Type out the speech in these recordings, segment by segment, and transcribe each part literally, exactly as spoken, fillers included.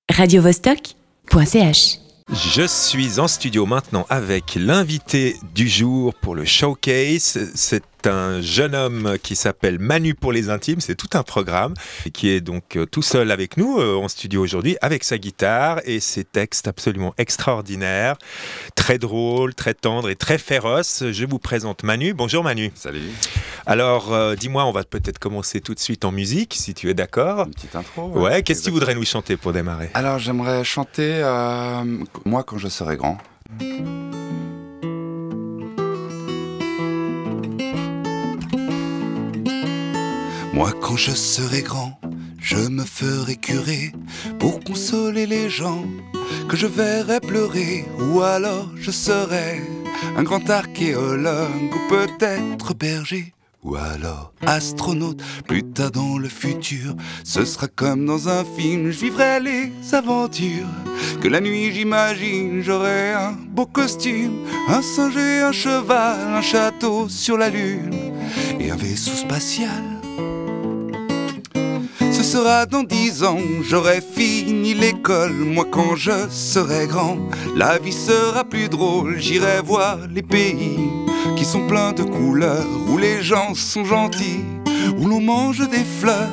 radio vostok point c h. Je suis en studio maintenant avec l'invité du jour pour le showcase. C'est un jeune homme qui s'appelle Manu pour les intimes, c'est tout un programme, et qui est donc tout seul avec nous euh, en studio aujourd'hui avec sa guitare et ses textes absolument extraordinaires, très drôles, très tendres et très féroces. Je vous présente Manu. Bonjour Manu. Salut. Alors euh, dis-moi, on va peut-être commencer tout de suite en musique si tu es d'accord. Une petite intro. Ouais, ouais qu'est-ce que tu voudrais nous chanter pour démarrer? Alors j'aimerais chanter euh, Moi quand je serai grand. Moi quand je serai grand, je me ferai curé pour consoler les gens que je verrai pleurer. Ou alors je serai un grand archéologue ou peut-être berger. Ou alors astronaute, plus tard dans le futur, ce sera comme dans un film, je vivrai les aventures. Que la nuit j'imagine, j'aurai un beau costume, un singe et un cheval, un château sur la lune et un vaisseau spatial. Ce sera dans dix ans, j'aurai fini l'école. Moi quand je serai grand, la vie sera plus drôle. J'irai voir les pays qui sont pleins de couleurs, où les gens sont gentils, où l'on mange des fleurs.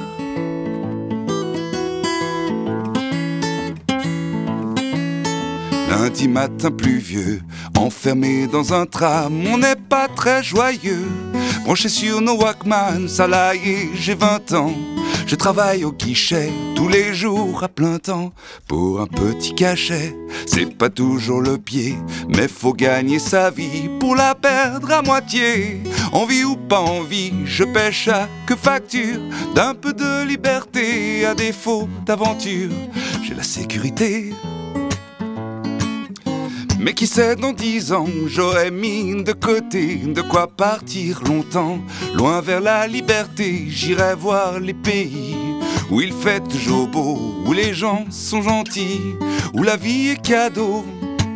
Lundi matin pluvieux, enfermé dans un tram, on n'est pas très joyeux. Branché sur nos Walkman, ça là y est, j'ai vingt ans. Je travaille au guichet tous les jours à plein temps pour un petit cachet. C'est pas toujours le pied, mais faut gagner sa vie pour la perdre à moitié. Envie ou pas envie, je paie chaque facture d'un peu de liberté à défaut d'aventure. J'ai la sécurité. Mais qui sait, dans dix ans, j'aurais mis de côté de quoi partir longtemps. Loin vers la liberté, j'irai voir les pays où il fait toujours beau, où les gens sont gentils, où la vie est cadeau.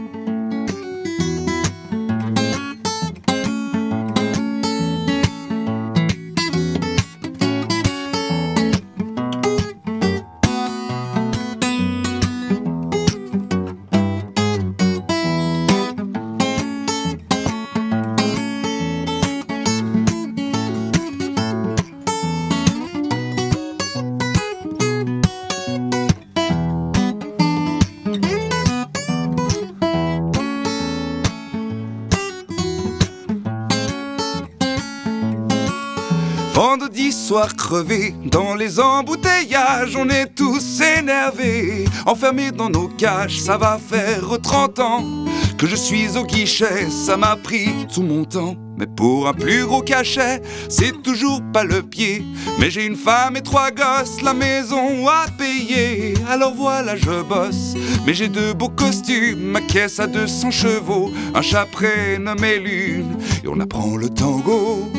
Vendredi soir crevé, dans les embouteillages, on est tous énervés, enfermés dans nos cages. Ça va faire trente ans que je suis au guichet, ça m'a pris tout mon temps. Mais pour un plus gros cachet, c'est toujours pas le pied. Mais j'ai une femme et trois gosses, la maison à payer. Alors voilà, je bosse, mais j'ai de beaux costumes, ma caisse à deux cents chevaux, un chaperon nommé Lune, et on apprend le tango.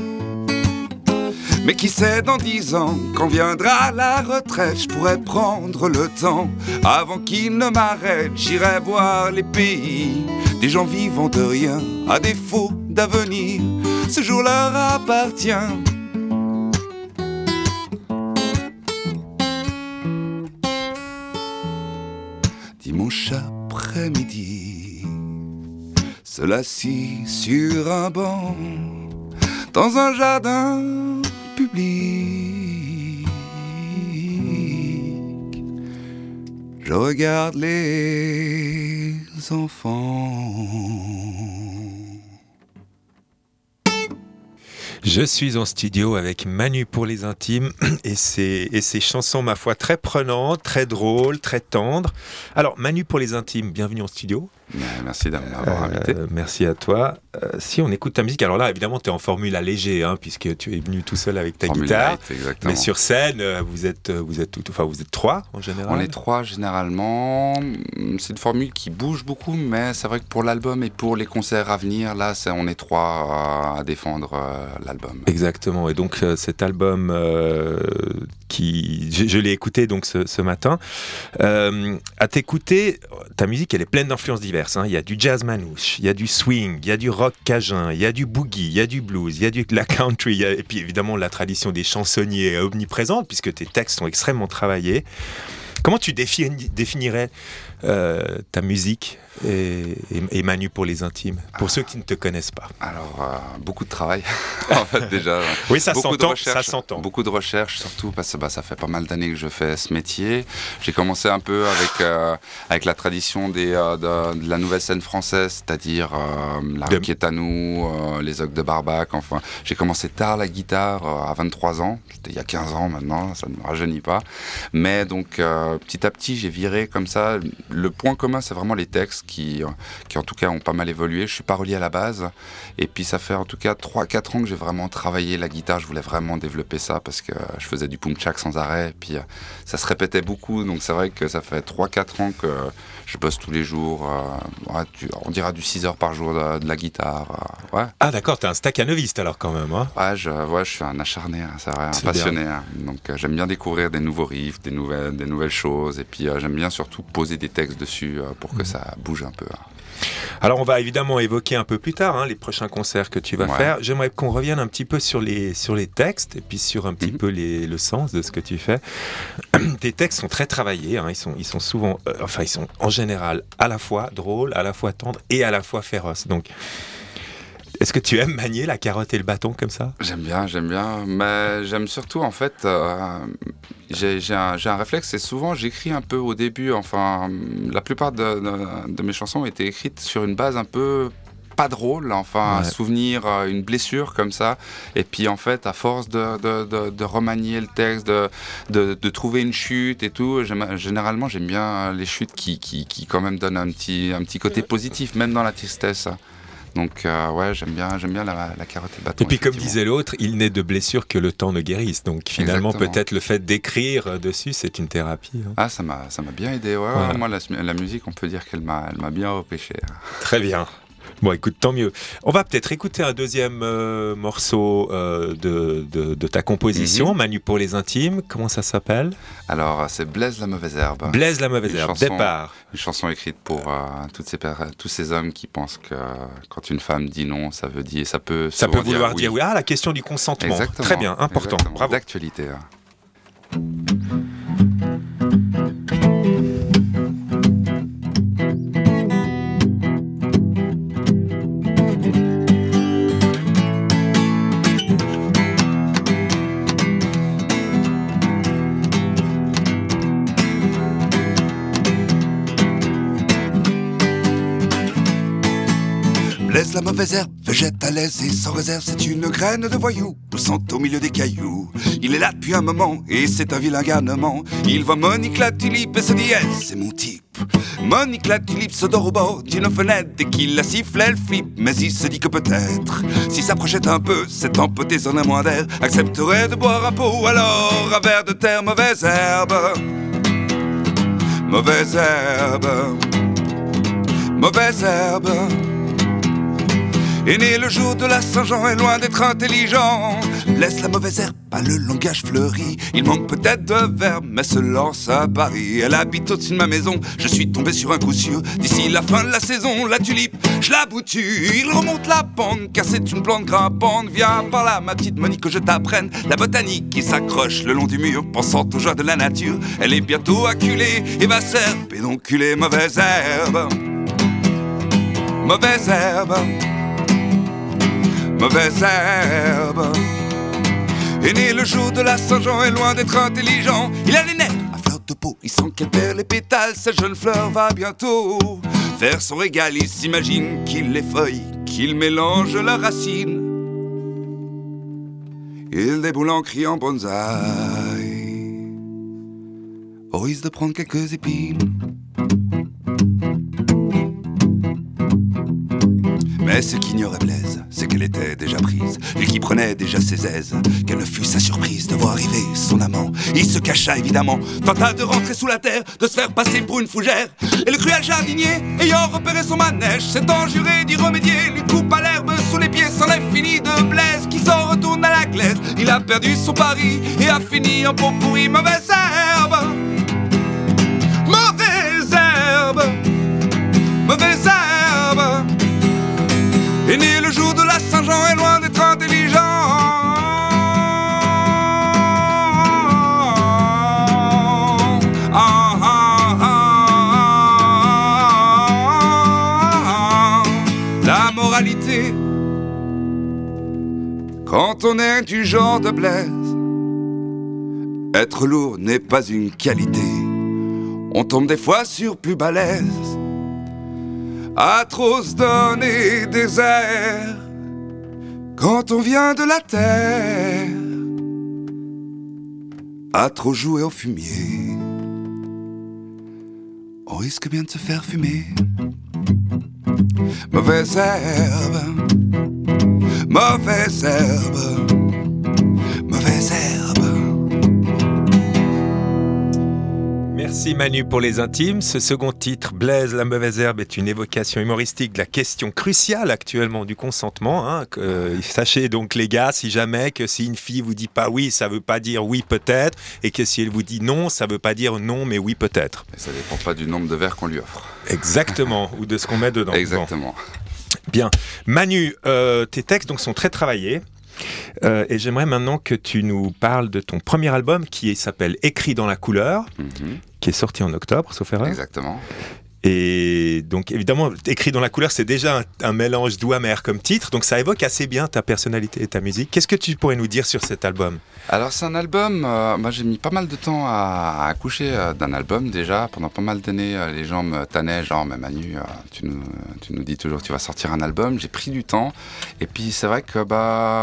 Mais qui sait, dans dix ans, quand viendra la retraite, je pourrais prendre le temps avant qu'il ne m'arrête. J'irai voir les pays des gens vivant de rien, à défaut d'avenir, ce jour leur appartient. Dimanche après-midi, seul assis sur un banc, dans un jardin public, je regarde les enfants. Je suis en studio avec Manu pour les intimes et ses, et ses chansons, ma foi, très prenantes, très drôles, très tendres. Alors, Manu pour les intimes, bienvenue en studio. Merci d'avoir invité. Euh, merci à toi. Euh, si on écoute ta musique, alors là, évidemment, tu es en formule allégée, hein, puisque tu es venu tout seul avec ta Formule guitare. light, exactement. Mais sur scène, vous êtes, vous êtes, tout, enfin, vous êtes trois en général. On est trois généralement. C'est une formule qui bouge beaucoup, mais c'est vrai que pour l'album et pour les concerts à venir, là, c'est, on est trois à défendre euh, l'album. Exactement. Et donc euh, cet album euh, qui, je, je l'ai écouté donc ce, ce matin. Euh, à t'écouter, ta musique, elle est pleine d'influences diverses. Hein. Il y a du jazz manouche, il y a du swing, il y a du rock cajun, il y a du boogie, il y a du blues, il y a du la country, il y a, et puis évidemment la tradition des chansonniers est omniprésente puisque tes textes sont extrêmement travaillés. Comment tu défini, définirais euh, ta musique et, et, et Manu pour les intimes, pour ah. ceux qui ne te connaissent pas? Alors, euh, beaucoup de travail, en fait, déjà. Oui, ça beaucoup s'entend, de recherche, ça s'entend. Beaucoup de recherche, surtout parce que bah, ça fait pas mal d'années que je fais ce métier. J'ai commencé un peu avec, euh, avec la tradition des, euh, de, de la nouvelle scène française, c'est-à-dire euh, la de... Raquietanou, euh, les Ocs de Barbac. Enfin, j'ai commencé tard la guitare, euh, à vingt-trois ans. C'était il y a quinze ans maintenant, ça ne me rajeunit pas. Mais donc, euh, petit à petit, j'ai viré comme ça. Le point commun, c'est vraiment les textes qui, qui, en tout cas, ont pas mal évolué. Je suis parolier à la base. Et puis, ça fait en tout cas trois quatre ans que j'ai vraiment travaillé la guitare. Je voulais vraiment développer ça parce que je faisais du pum-tchak sans arrêt. Et puis, ça se répétait beaucoup. Donc, c'est vrai que ça fait trois quatre ans que je bosse tous les jours. Euh, ouais, du, on dira du six heures par jour de, de la guitare. Euh, ouais. Ah, d'accord, t'es un staccanoviste alors quand même. Hein. Ouais, je, ouais, je suis un acharné, hein, c'est vrai, un c'est passionné. Hein. Donc, euh, j'aime bien découvrir des nouveaux riffs, des nouvelles, des nouvelles choses. Et puis, euh, j'aime bien surtout poser des textes dessus euh, pour que mmh. ça bouge un peu. Hein. Alors on va évidemment évoquer un peu plus tard hein, les prochains concerts que tu vas ouais. faire. J'aimerais qu'on revienne un petit peu sur les, sur les textes et puis sur un petit mm-hmm. peu les, le sens de ce que tu fais. Tes textes sont très travaillés, hein, ils, sont, ils sont souvent, euh, enfin ils sont en général à la fois drôles, à la fois tendres et à la fois féroces. Donc est-ce que tu aimes manier la carotte et le bâton comme ça? J'aime bien, j'aime bien, mais j'aime surtout en fait, euh, j'ai, j'ai, un, j'ai un réflexe, c'est souvent j'écris un peu au début, enfin la plupart de, de, de mes chansons ont été écrites sur une base un peu pas drôle, enfin ouais. un souvenir, une blessure comme ça, et puis en fait à force de, de, de, de remanier le texte, de, de, de trouver une chute et tout, j'aime, généralement j'aime bien les chutes qui, qui, qui quand même donnent un petit, un petit côté positif, même dans la tristesse. Donc euh, ouais, j'aime bien, j'aime bien la, la carotte et le bâton. Et puis comme disait l'autre, il n'est de blessure que le temps ne guérisse. Donc finalement, exactement. Peut-être le fait d'écrire dessus, c'est une thérapie. Hein. Ah, ça m'a, ça m'a bien aidé. Ouais, voilà. ouais, moi, la, la musique, on peut dire qu'elle m'a, elle m'a bien repêché. Très bien. Bon, écoute, tant mieux. On va peut-être écouter un deuxième euh, morceau euh, de, de, de ta composition, mm-hmm. Manu pour les intimes. Comment ça s'appelle? Alors, c'est Blaise la mauvaise herbe. Blaise la mauvaise herbe, chanson, départ. Une chanson écrite pour euh, toutes ces, tous ces hommes qui pensent que quand une femme dit non, ça veut dire, ça peut, ça peut vouloir dire oui. dire oui. Ah, la question du consentement. Exactement. Très bien, important. Exactement. Bravo. D'actualité. Hein. Blaise la mauvaise herbe, végète à l'aise et sans réserve, c'est une graine de voyou, poussant au milieu des cailloux. Il est là depuis un moment, et c'est un vilain garnement. Il voit Monique la tulipe et se dit, elle, c'est mon type. Monique la tulipe se dort au bord d'une fenêtre. Dès qu'il la siffle, elle flippe, mais il se dit que peut-être, s'il s'approchait un peu, cet empoté son moins d'air accepterait de boire un pot, alors un verre de terre, mauvaise herbe. Mauvaise herbe. Mauvaise herbe. Est né le jour de la Saint-Jean et loin d'être intelligent. Laisse la mauvaise herbe, pas le langage fleuri. Il manque peut-être de verbes, mais se lance à Paris. Elle habite au-dessus de ma maison, je suis tombé sur un coup sûr. D'ici la fin de la saison, la tulipe, je la bouture. Il remonte la pente, car c'est une plante grimpante. Viens par là, ma petite Monique, que je t'apprenne la botanique qui s'accroche le long du mur, pensant aux joies de la nature. Elle est bientôt acculée et va se faire pédonculer. Mauvaise herbe. Mauvaise herbe. Mauvaise herbe. Est né le jour de la Saint-Jean et loin d'être intelligent. Il a les nerfs à fleur de peau, il sent qu'elle perd les pétales. Cette jeune fleur va bientôt faire son régal. Il s'imagine qu'il les feuille, qu'il mélange leurs racines. Il déboule en criant bonsaï, au risque de prendre quelques épines. Mais ce qu'ignorait Blaise, c'est qu'elle était déjà prise, lui qui prenait déjà ses aises. Quelle ne fut sa surprise de voir arriver son amant. Il se cacha évidemment, tenta de rentrer sous la terre, de se faire passer pour une fougère. Et le cruel jardinier, ayant repéré son manège, s'étant juré d'y remédier, lui coupa l'herbe sous les pieds. C'en est fini de Blaise qui s'en retourne à la glaise. Il a perdu son pari et a fini en pot pourri. Mauvaise herbe. Mauvaise herbe. Mauvaise herbe. Est né le jour de la Saint-Jean et loin d'être intelligent. Ah, quand on est du genre de Blaise. Être lourd n'est pas une qualité, on tombe des fois sur plus balèze. À trop se donner des airs, quand on vient de la terre. À trop jouer au fumier, on risque bien de se faire fumer. Mauvaise herbe, mauvaise herbe, mauvaise herbe. Merci Manu pour les intimes. Ce second titre, Blaise la mauvaise herbe, est une évocation humoristique de la question cruciale actuellement du consentement. Hein. Euh, sachez donc les gars, si jamais, que si une fille vous dit pas oui, ça veut pas dire oui peut-être, et que si elle vous dit non, ça veut pas dire non mais oui peut-être. Et ça dépend pas du nombre de verres qu'on lui offre. Exactement, ou de ce qu'on met dedans. Exactement. Bon. Bien. Manu, euh, tes textes donc sont très travaillés. Euh, et j'aimerais maintenant que tu nous parles de ton premier album qui s'appelle Écrit dans la couleur, mm-hmm. qui est sorti en octobre, sauf erreur. Exactement. Et donc évidemment, Écrit dans la couleur, c'est déjà un, un mélange doux-amer comme titre, donc ça évoque assez bien ta personnalité et ta musique. Qu'est-ce que tu pourrais nous dire sur cet album ? Alors c'est un album, euh, moi j'ai mis pas mal de temps à, à accoucher euh, d'un album déjà. Pendant pas mal d'années, euh, les gens me tannaient, genre mais Manu, euh, tu, nous, tu nous dis toujours que tu vas sortir un album. J'ai pris du temps, et puis c'est vrai que bah...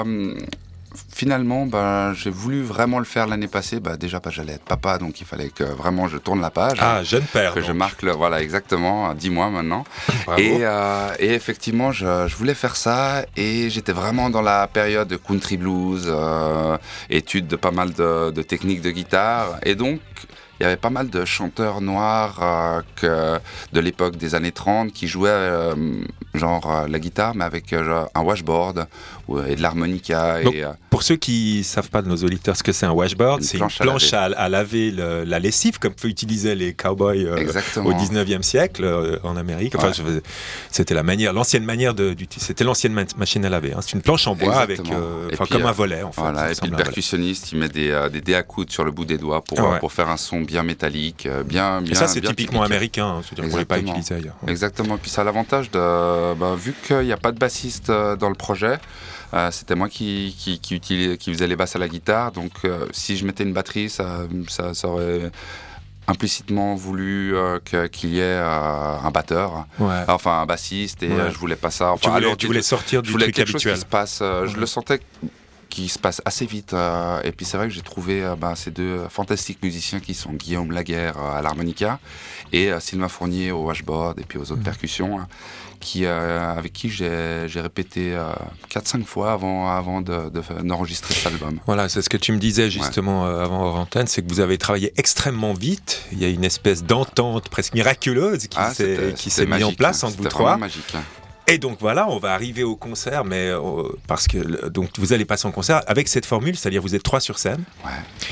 Finalement, bah, j'ai voulu vraiment le faire l'année passée. Bah, déjà, bah, j'allais être papa, donc il fallait que vraiment je tourne la page. Ah, jeune père. Que donc. je marque, le, voilà, exactement, dix mois maintenant. Bravo. Et, euh, et effectivement, je, je voulais faire ça. Et j'étais vraiment dans la période de country blues, euh, étude de pas mal de, de techniques de guitare. Et donc, il y avait pas mal de chanteurs noirs euh, que, de l'époque des années trente qui jouaient euh, genre euh, la guitare mais avec euh, un washboard ou, et de l'harmonica. Donc, et, euh, pour ceux qui ne savent pas de nos auditeurs ce que c'est un washboard, une c'est planche une planche à à, à laver le, la lessive comme utilisaient les cowboys euh, au dix-neuvième siècle euh, en Amérique. Enfin, ouais. je, c'était la manière, l'ancienne manière de, de c'était l'ancienne ma- machine à laver. Hein. C'est une planche en bois avec, euh, puis, comme euh, un volet en fait. Voilà, et puis le percussionniste, il met des, euh, des dés à coudre sur le bout des doigts pour, ouais. euh, pour faire un son bien métallique, bien, bien. Et ça, c'est bien typiquement typique. américain. Hein, c'est-à-dire qu'on ne pas utilisé ailleurs. Ouais. Exactement. Puis ça a l'avantage de, bah, vu qu'il n'y a pas de bassiste dans le projet. Euh, c'était moi qui, qui, qui, utilis, qui faisais les basses à la guitare, donc euh, si je mettais une batterie, ça, ça, ça aurait implicitement voulu euh, que, qu'il y ait euh, un batteur, ouais. enfin un bassiste, et ouais. euh, je voulais pas ça. Enfin, tu voulais, alors, tu voulais sortir du truc habituel. Chose qui se passe, euh, ouais. Je le sentais qui se passe assez vite, euh, et puis c'est vrai que j'ai trouvé euh, bah, ces deux fantastiques musiciens qui sont Guillaume Laguerre euh, à l'harmonica et euh, Sylvain Fournier au washboard et puis aux autres mmh. percussions. Hein. Qui, euh, avec qui j'ai, j'ai répété euh, quatre cinq fois avant, avant de, de, d'enregistrer cet album. Voilà, c'est ce que tu me disais justement ouais. euh, avant hors antenne, c'est que vous avez travaillé extrêmement vite. Il y a une espèce d'entente presque miraculeuse qui ah, s'est, c'était, qui c'était s'est mise en place hein, entre vous trois. Magique. Et donc voilà, on va arriver au concert, mais euh, parce que donc vous allez passer en concert avec cette formule, c'est-à-dire vous êtes trois sur scène. Ouais.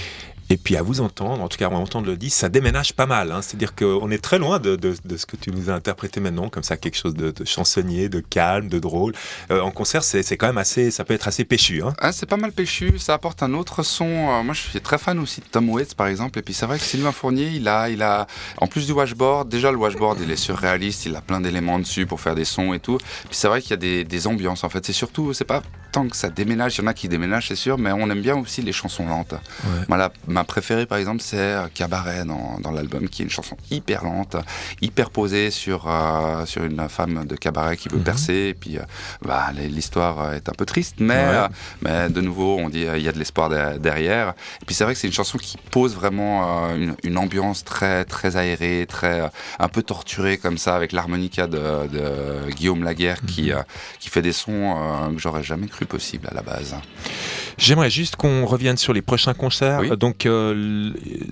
Et puis à vous entendre, en tout cas à entendre le disque, ça déménage pas mal. Hein. C'est-à-dire qu'on est très loin de, de, de ce que tu nous as interprété maintenant, comme ça, quelque chose de, de chansonnier, de calme, de drôle. Euh, en concert, c'est, c'est quand même assez, ça peut être assez péchu. Hein. Ah, c'est pas mal péchu, ça apporte un autre son. Euh, moi, je suis très fan aussi de Tom Waits, par exemple. Et puis c'est vrai que Sylvain Fournier, il a, il a, en plus du washboard, déjà le washboard, il est surréaliste, il a plein d'éléments dessus pour faire des sons et tout. Puis c'est vrai qu'il y a des, des ambiances, en fait. C'est surtout, c'est pas tant que ça déménage, il y en a qui déménagent, c'est sûr, mais on aime bien aussi les chansons lentes. Ouais. Moi, la, ma préférée, par exemple, c'est Cabaret dans, dans l'album, qui est une chanson hyper lente, hyper posée sur, euh, sur une femme de cabaret qui veut mm-hmm. percer. Et puis, euh, bah, l'histoire est un peu triste, mais, ouais. euh, mais de nouveau, on dit il euh, y a de l'espoir de, derrière. Et puis, c'est vrai que c'est une chanson qui pose vraiment euh, une, une ambiance très, très aérée, très, euh, un peu torturée comme ça, avec l'harmonica de, de Guillaume Laguerre mm-hmm. qui, euh, qui fait des sons euh, que j'aurais jamais cru possible à la base. J'aimerais juste qu'on revienne sur les prochains concerts. Oui. Donc, euh,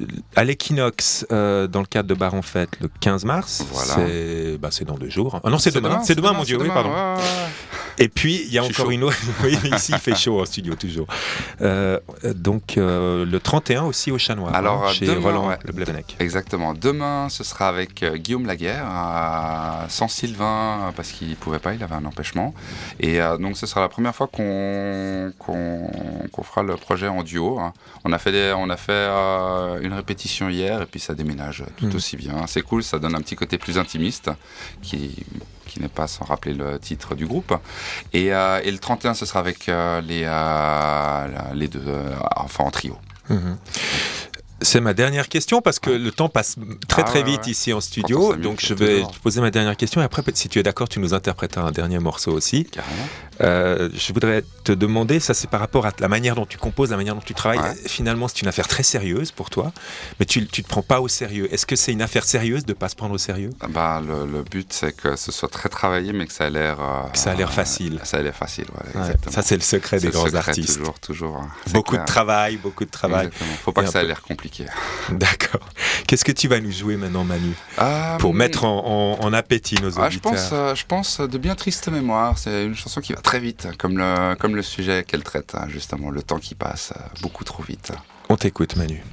à l'Equinox, euh, dans le cadre de Bar en Fête, le quinze mars. Voilà. C'est, bah, c'est dans deux jours. Ah non, c'est, c'est demain. demain. C'est demain, demain mon Dieu. Oui, demain, pardon. Ouais, ouais. Et puis, il y a encore chaud. une autre. Oui, ici, il fait chaud en studio, toujours. Euh, donc, euh, le trente et un aussi au Chat Noir. Alors, hein, chez demain, Roland ouais. Le Blévenec. Exactement. Demain, ce sera avec euh, Guillaume Laguerre, euh, sans Sylvain, parce qu'il ne pouvait pas, il avait un empêchement. Et euh, donc, ce sera la première fois qu'on qu'on, qu'on, qu'on fera le projet en duo. Hein. On a fait, des, on a fait euh, une répétition hier et puis ça déménage tout mmh. aussi bien. C'est cool, ça donne un petit côté plus intimiste qui, qui n'est pas sans rappeler le titre du groupe. Et, euh, et le trente et un, ce sera avec euh, les, euh, les deux, euh, enfin en trio. Mmh. C'est ma dernière question parce que le temps passe très très ah, vite ouais, ouais. ici en studio, donc je vais toujours. te poser ma dernière question et après, si tu es d'accord, tu nous interpréteras un dernier morceau aussi. Carrément. Euh, je voudrais te demander, ça c'est par rapport à la manière dont tu composes, la manière dont tu travailles. Ouais. Finalement, c'est une affaire très sérieuse pour toi, mais tu ne te prends pas au sérieux. Est-ce que c'est une affaire sérieuse de ne pas se prendre au sérieux ? Bah, le, le but, c'est que ce soit très travaillé, mais que ça ait l'air... Euh, que ça a l'air facile. Euh, ça a l'air facile, voilà, ouais, exactement. ça, c'est le secret c'est des le grands secret, artistes. Toujours, toujours. Hein. Beaucoup clair. de travail, beaucoup de travail. Exactement. Faut pas et que ça ait peu... l'air compliqué. D'accord. Qu'est-ce que tu vas nous jouer maintenant, Manu, euh, pour mettre en, en, en appétit nos auditeurs ? ah, je, pense, euh, je pense de Bien triste mémoire. C'est une chanson qui va très vite, comme le, comme le sujet qu'elle traite, hein, justement, le temps qui passe beaucoup trop vite. On t'écoute, Manu.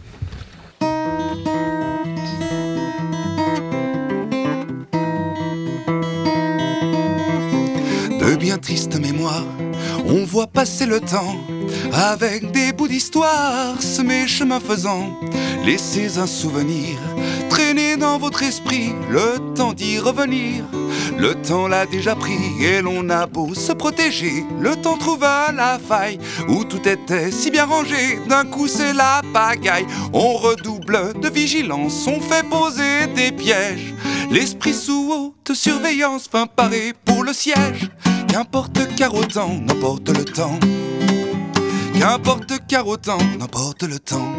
De bien triste mémoire, on voit passer le temps avec des bouts d'histoire semés chemin faisant. Laissez un souvenir traîner dans votre esprit, le temps d'y revenir. Le temps l'a déjà pris et l'on a beau se protéger, le temps trouva la faille où tout était si bien rangé. D'un coup c'est la pagaille, on redouble de vigilance, on fait poser des pièges. L'esprit sous haute surveillance fin paré pour le siège. Qu'importe car autant, n'importe le temps. Qu'importe car autant, n'importe le temps.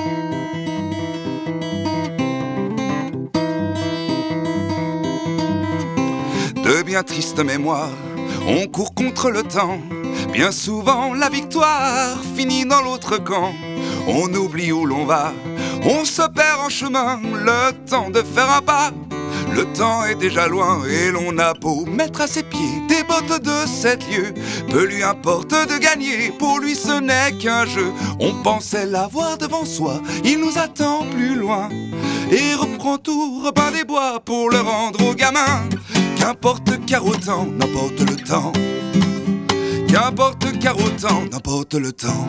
De bien tristes mémoires, on court contre le temps. Bien souvent la victoire finit dans l'autre camp. On oublie où l'on va, on se perd en chemin. Le temps de faire un pas, le temps est déjà loin. Et l'on a beau mettre à ses pieds des bottes de sept lieues, peu lui importe de gagner, pour lui ce n'est qu'un jeu. On pensait l'avoir devant soi, il nous attend plus loin et reprend tout Robin des Bois pour le rendre aux gamins. Qu'importe car autant, n'importe le temps. Qu'importe car autant, n'importe le temps.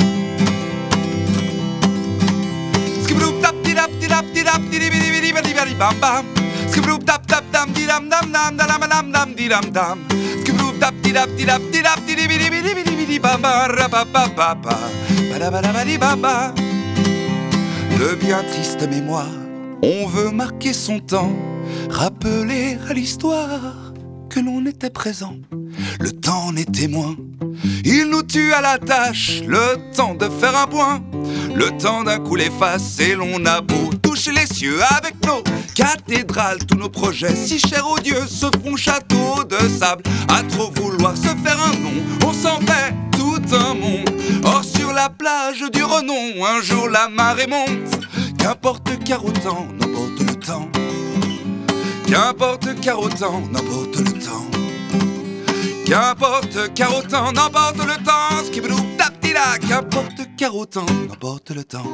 Skibloop tap tidap tidap tidap tidibidi bidi bidi bam bam. Skibloop tap tap dam didam dam dam dam dam dam didam dam. Skibloop tap tidap tidap tidap tidibidi bidi bidi bidi bam bam rapapapapa. Badabadabadi baba. De bien triste mémoire, on veut marquer son temps, rappeler à l'histoire que l'on était présent. Le temps n'est témoin, il nous tue à la tâche. Le temps de faire un point, le temps d'un coup l'efface. Et l'on a beau toucher les cieux avec nos cathédrales, tous nos projets si chers aux dieux se font château de sable. À trop vouloir se faire un nom, on s'en fait tout un monde. Or sur la plage du renom, un jour la marée monte. Qu'importe car autant, n'importe le temps. Qu'importe car autant, n'importe le temps. Qu'importe car autant, n'importe le temps. Skibidou taptila. Qu'importe car autant, n'importe le temps.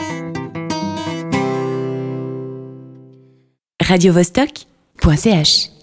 radio vostok point c h